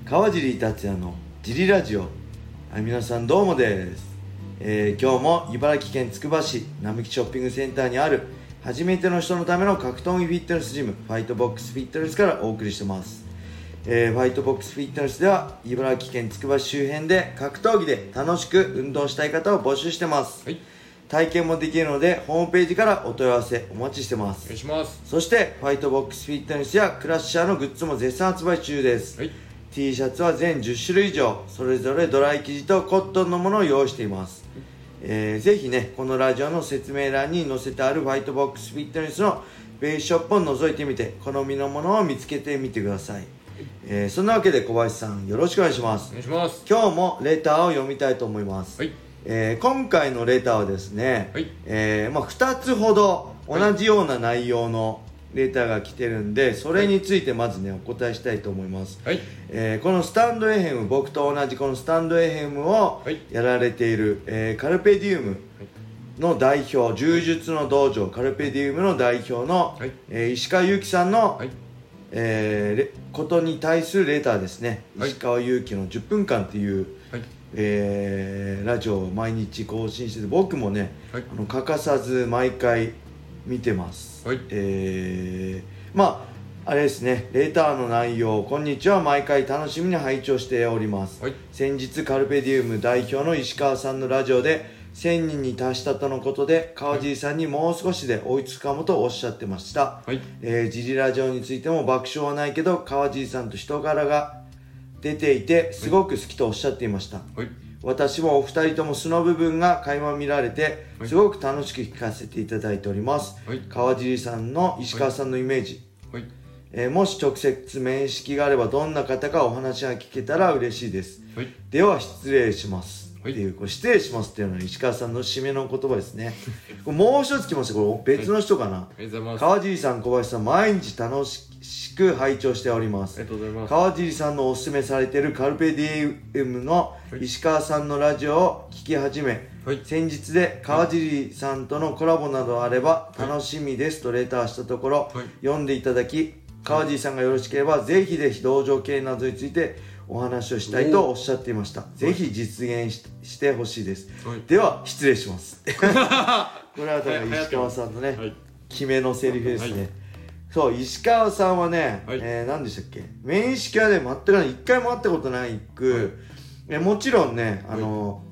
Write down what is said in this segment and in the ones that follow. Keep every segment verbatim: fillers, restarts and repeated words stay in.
川尻達也のジリラジオ。はい、皆さんどうもです、えー、今日も茨城県つくば市並木ショッピングセンターにある初めての人のための格闘技フィットネスジムファイトボックスフィットネスからお送りしてます。えー、ファイトボックスフィットネスでは茨城県つくば市周辺で格闘技で楽しく運動したい方を募集してます、はい、体験もできるのでホームページからお問い合わせお待ちしてます。 お願いします。 そしてファイトボックスフィットネスやクラッシャーのグッズも絶賛発売中です、はい、T シャツは全じゅっしゅるい以上、それぞれドライ生地とコットンのものを用意しています、えー、ぜひねこのラジオの説明欄に載せてあるファイトボックスフィットネスのベースショップを覗いてみて好みのものを見つけてみてください、えー、そんなわけで小林さんよろしくお願いします。 お願いします。 今日もレターを読みたいと思います、はい、えー、今回のレターはですね、はい、えーまあ、ふたつほど同じような内容のレターが来てるんで、それについてまずねお答えしたいと思います、はい、えー、このスタンドエヘム、僕と同じこのスタンドエヘムをやられている、えー、カルペディウムの代表、柔術の道場カルペディウムの代表の、はい、えー、石川祐希さんの、はい、えー、ことに対するレターですね、はい、石川祐希のじゅっぷんかんっていう、はい、えー、ラジオを毎日更新してて、僕もね、はい、あの欠かさず毎回見てます、はい、えー、まああれですね、レターの内容、こんにちは、毎回楽しみに拝聴しております、はい、先日カルペディウム代表の石川さんのラジオでせんにんに達したとのことで、川尻さんにもう少しで追いつくかもとおっしゃってました、はい、えー、ジリラジオについても爆笑はないけど川尻さんと人柄が出ていてすごく好きとおっしゃっていました、はい、私もお二人とも素の部分が垣間見られてすごく楽しく聞かせていただいております、はい、川尻さんの石川さんのイメージ、はい、えー、もし直接面識があればどんな方かお話が聞けたら嬉しいです、はい、では失礼しますっていう、これ失礼しますっていうのは石川さんの締めの言葉ですねこれもう一つ来ました。これ別の人かな、はい、川尻さん、小林さん、毎日楽しく拝聴しております。ありがとうございます。川尻さんのおすすめされているカルペディウムの石川さんのラジオを聞き始め、はい、先日で川尻さんとのコラボなどあれば楽しみですとレターしたところ、はい、読んでいただき、川尻さんがよろしければぜひぜひ道場経営などについてお話をしたいとおっしゃっていました。ぜひ実現 し, してほしいです、はい、では失礼しますこれはだから石川さんのね、はい、決めのセリフですね、はい、そう、石川さんはね、はい、えー、何でしたっけ、面識はね全くない、一回も会ったことないく、はい、えもちろんね、あの、はい、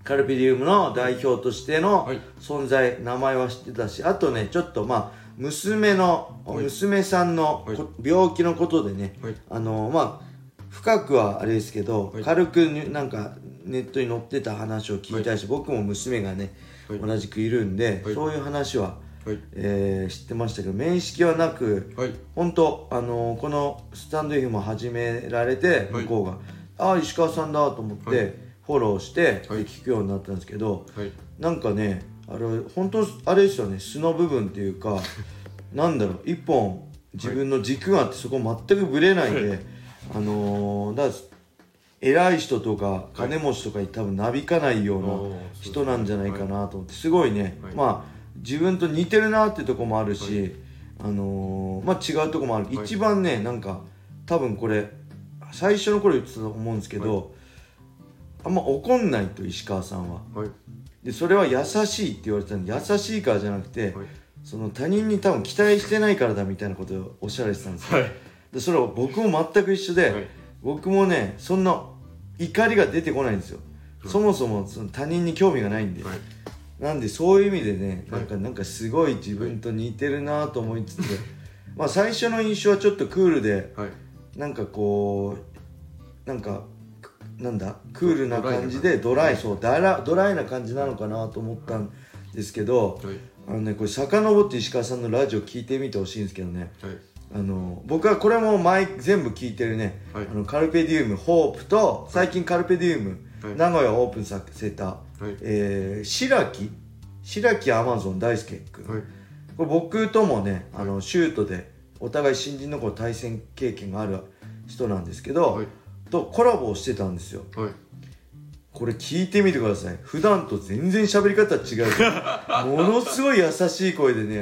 カルペディウムの代表としての存在、はい、名前は知ってたし、あとねちょっとまあ娘の、はい、娘さんの、はい、病気のことでね、はい、あのまあ深くはあれですけど、はい、軽くなんかネットに載ってた話を聞いたし、はい、僕も娘がね、はい、同じくいるんで、はい、そういう話は、はい、えー、知ってましたけど、面識はなく、はい、本当あのー、このスタンド エフエム も始められて、はい、向こうがああ石川さんだと思って、はい、フォローして、はい、で聞くようになったんですけど、はい、なんかねあれ本当あれですよね、素の部分っていうかなんだろう、一本自分の軸があって、そこ全くぶれないで、はい、あのー、だから偉い人とか金持ちとかに多分なびかないような人なんじゃないかなと思って、すごいね、はい、まあ自分と似てるなってとこもあるし、はい、あのー、まあ違うとこもある、はい、一番ねなんか多分これ最初の頃言ってたと思うんですけど、はい、あんま怒んないと石川さんは、はい、でそれは優しいって言われてたんで、優しいからじゃなくて、はい、その他人に多分期待してないからだみたいなことをおっしゃられてたんですよ、はい、でそれは僕も全く一緒で、はい、僕もねそんな怒りが出てこないんですよ、はい、そもそもその他人に興味がないんで、はい、なんでそういう意味でね、なんか、はい、なんかすごい自分と似てるなと思いつつ、はい、まあ最初の印象はちょっとクールで、はい、なんかこうなんかなんだクールな感じでドライ、そうドライ、ドライな感じなのかなと思ったんですけど、はい、あのねこれ遡って石川さんのラジオ聞いてみてほしいんですけどね、はい、あの僕はこれも前全部聞いてるね、はい、あのカルペディウムホープと最近カルペディウム、はい、名古屋オープンさせた、はい、えー、白木白木アマゾン大輔君、はい、これ僕ともねあのシュートでお互い新人の頃対戦経験がある人なんですけど、はい、とコラボをしてたんですよ、はい、これ聞いてみてください。普段と全然喋り方違うものすごい優しい声でね、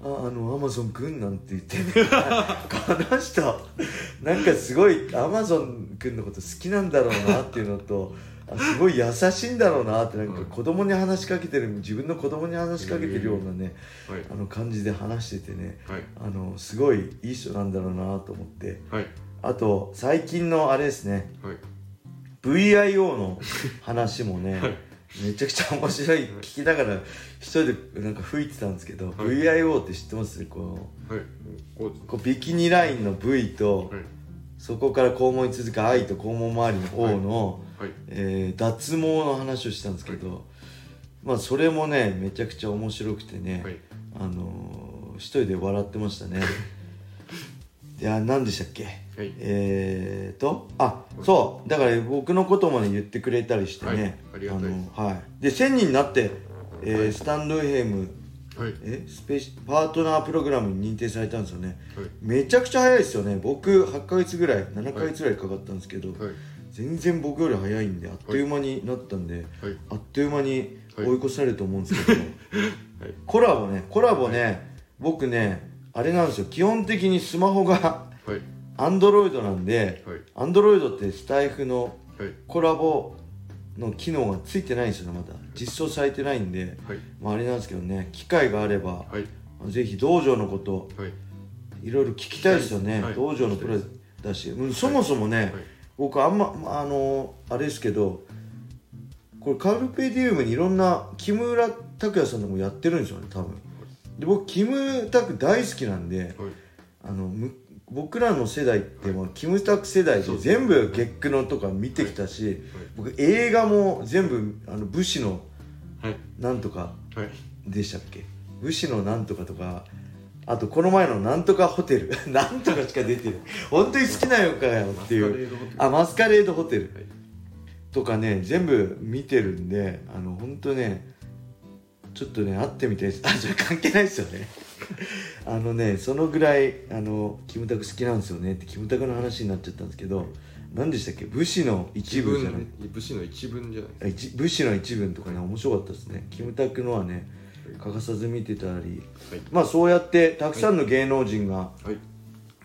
あのアマゾンくんなんて言ってねこの人なんかすごいアマゾンくんのこと好きなんだろうなっていうのとあすごい優しいんだろうなってなんか子供に話しかけてる自分の子供に話しかけてるようなね、はい、あの感じで話しててね、はい、あのすごいいい人なんだろうなと思って、はい、あと最近のあれですね、はい、ブイアイオー の話もね、はいめちゃくちゃ面白い聞きながら一人でなんか吹いてたんですけど、はい、ブイアイオー って知ってます？こう、はい、こうビキニラインの V と、はい、そこから肛門に続く I と肛門周りの O の、はいえー、脱毛の話をしたんですけど、はい、まあそれもねめちゃくちゃ面白くてね、はい、あのー、一人で笑ってましたねいや何でしたっけ、はい、えーとあそうだから僕のこともね言ってくれたりしてね、はい、ありがたいです。あの、はい、でせんにんになって、えーはい、スタンド エフエム、はい、えスペシパートナープログラムに認定されたんですよね、はい、めちゃくちゃ早いですよね。僕はちかげつぐらいななかげつぐらいかかったんですけど、はい、全然僕より早いんであっという間になったんで、はい、あっという間に追い越されると思うんですけど、はい、コラボねコラボね、はい、僕ねあれなんですよ基本的にスマホがアンドロイドなんで、アンドロイドってスタイフのコラボの機能がついてないんですよね。まだ実装されてないんで、はいまあ、あれなんですけどね機会があれば、はい、ぜひ道場のこと、はい、いろいろ聞きたいですよね、はい、道場のプロだし、はい、そもそもね、はい、僕あんまあのあれですけどこれカルペディウムにいろんな木村拓哉さんとかもやってるんですよね多分で僕キムタク大好きなんで、はい、あの僕らの世代ってもうキムタク世代で全部月9のとか見てきたし、はいはい、僕映画も全部あの武士のなんとかでしたっけ、はい、武士のなんとかとかあとこの前のなんとかホテルなんとかしか出てる本当に好きなのかよっていうあマスカレードホテル、はい、とかね全部見てるんであの本当ねちょっとね会ってみたいです。あそれ関係ないですよねあのねそのぐらいあのキムタク好きなんですよねってキムタクの話になっちゃったんですけど、はい、何でしたっけ武士の一文じゃない武士の一文じゃない武士の一文とかね面白かったですね。キムタクのはね欠かさず見てたり、はい、まあそうやってたくさんの芸能人が、はい、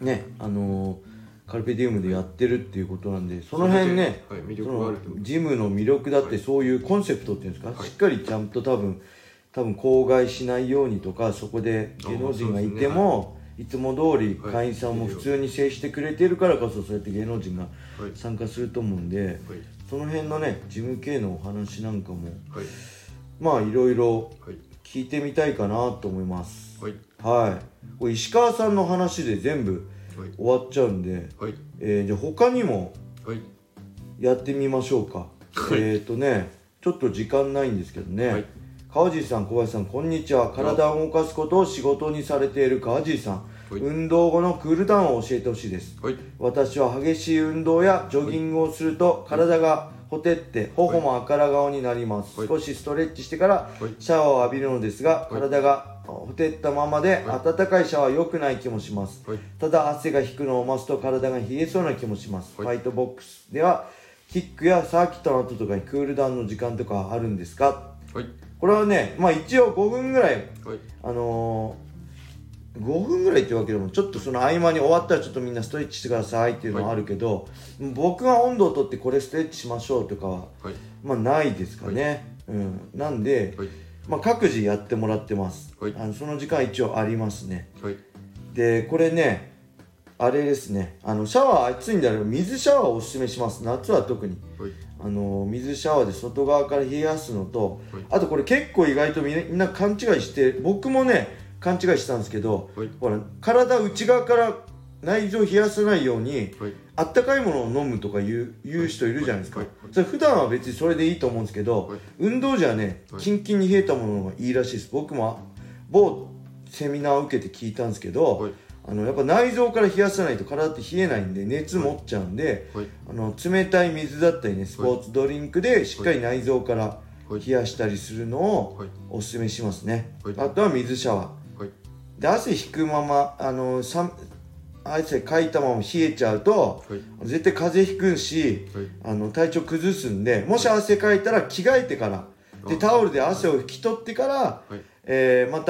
ねあのー、カルペディウムでやってるっていうことなんでその辺ね、はい、魅力があるとジムの魅力だってそういうコンセプトっていうんですか、はい、しっかりちゃんと多分多分口外しないようにとかそこで芸能人がいても、ね、いつも通り会員さんも普通に接してくれてるからこそそうやって芸能人が参加すると思うんで、はい、その辺のね事務系のお話なんかも、はい、まあいろいろ聞いてみたいかなと思います。はい、はい、これ石川さんの話で全部終わっちゃうんで、はいえー、じゃあ他にもやってみましょうか。はい、えっとねちょっと時間ないんですけどね、はい川尻さん、小林さん、こんにちは。体を動かすことを仕事にされている川尻さん、はい、運動後のクールダウンを教えてほしいです、はい、私は激しい運動やジョギングをすると体がほてって頬も赤ら顔になります、はい、少しストレッチしてからシャワーを浴びるのですが、はい、体がほてったままで温かいシャワーは良くない気もします、はい、ただ汗が引くのを待つと体が冷えそうな気もします、はい、ファイトボックスではキックやサーキットの後とかにクールダウンの時間とかあるんですか。はいこれはね、まあ一応ごふんぐらい、はい、あのー、ごふんぐらいってわけでもちょっとその合間に終わったらちょっとみんなストレッチしてくださいっていうのはあるけど、はい、僕が温度をとってこれストレッチしましょうとかは、はい、まあないですかね、はいうん、なんで、はいまあ、各自やってもらってます、はい、あのその時間一応ありますね、はい、でこれねあれですねあのシャワー暑いんであれば水シャワーをおすすめします。夏は特に、はいあの水シャワーで外側から冷やすのと、はい、あとこれ結構意外とみんな勘違いして僕もね勘違いしたんですけど、はい、ほら体内側から内臓を冷やさないように、はい、あったかいものを飲むとか言う、言う人いるじゃないですか、はいはい、それ普段は別にそれでいいと思うんですけど、はい、運動時はねキンキンに冷えたものがいいらしいです。僕も某セミナーを受けて聞いたんですけど、はいあのやっぱ内臓から冷やさないと体って冷えないんで熱持っちゃうんで、はい、あの冷たい水だったりねスポーツドリンクでしっかり内臓から冷やしたりするのをおすすめしますね、はい、あとは水シャワー、はい、で汗引くままあの汗かいたまま冷えちゃうと、はい、絶対風邪ひくし、はい、あの体調崩すんでもし汗かいたら着替えてからでタオルで汗を拭き取ってから、はいえー、また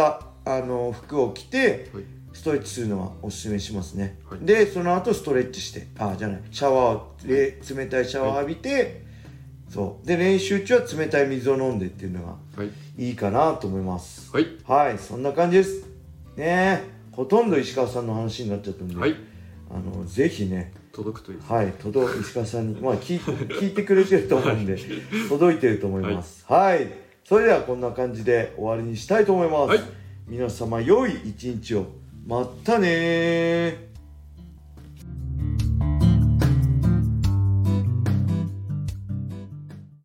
あの服を着て、 はい、 ストレッチするのはおすすめしますね、 はい、 でその後ストレッチしてあじゃないシャワーを冷たいシャワーを浴びて、はい、そうで練習中は冷たい水を飲んでっていうのがいいかなと思います。 はい、 はい、そんな感じですね。ほとんど石川さんの話になっちゃったんで、はい、あのぜひね届くといいですね。はい、届石川さんにまあ聞い聞いてくれてると思うんで届いてると思います。はい、はい、それではこんな感じで終わりにしたいと思います。はい、皆様良い一日を。またねー。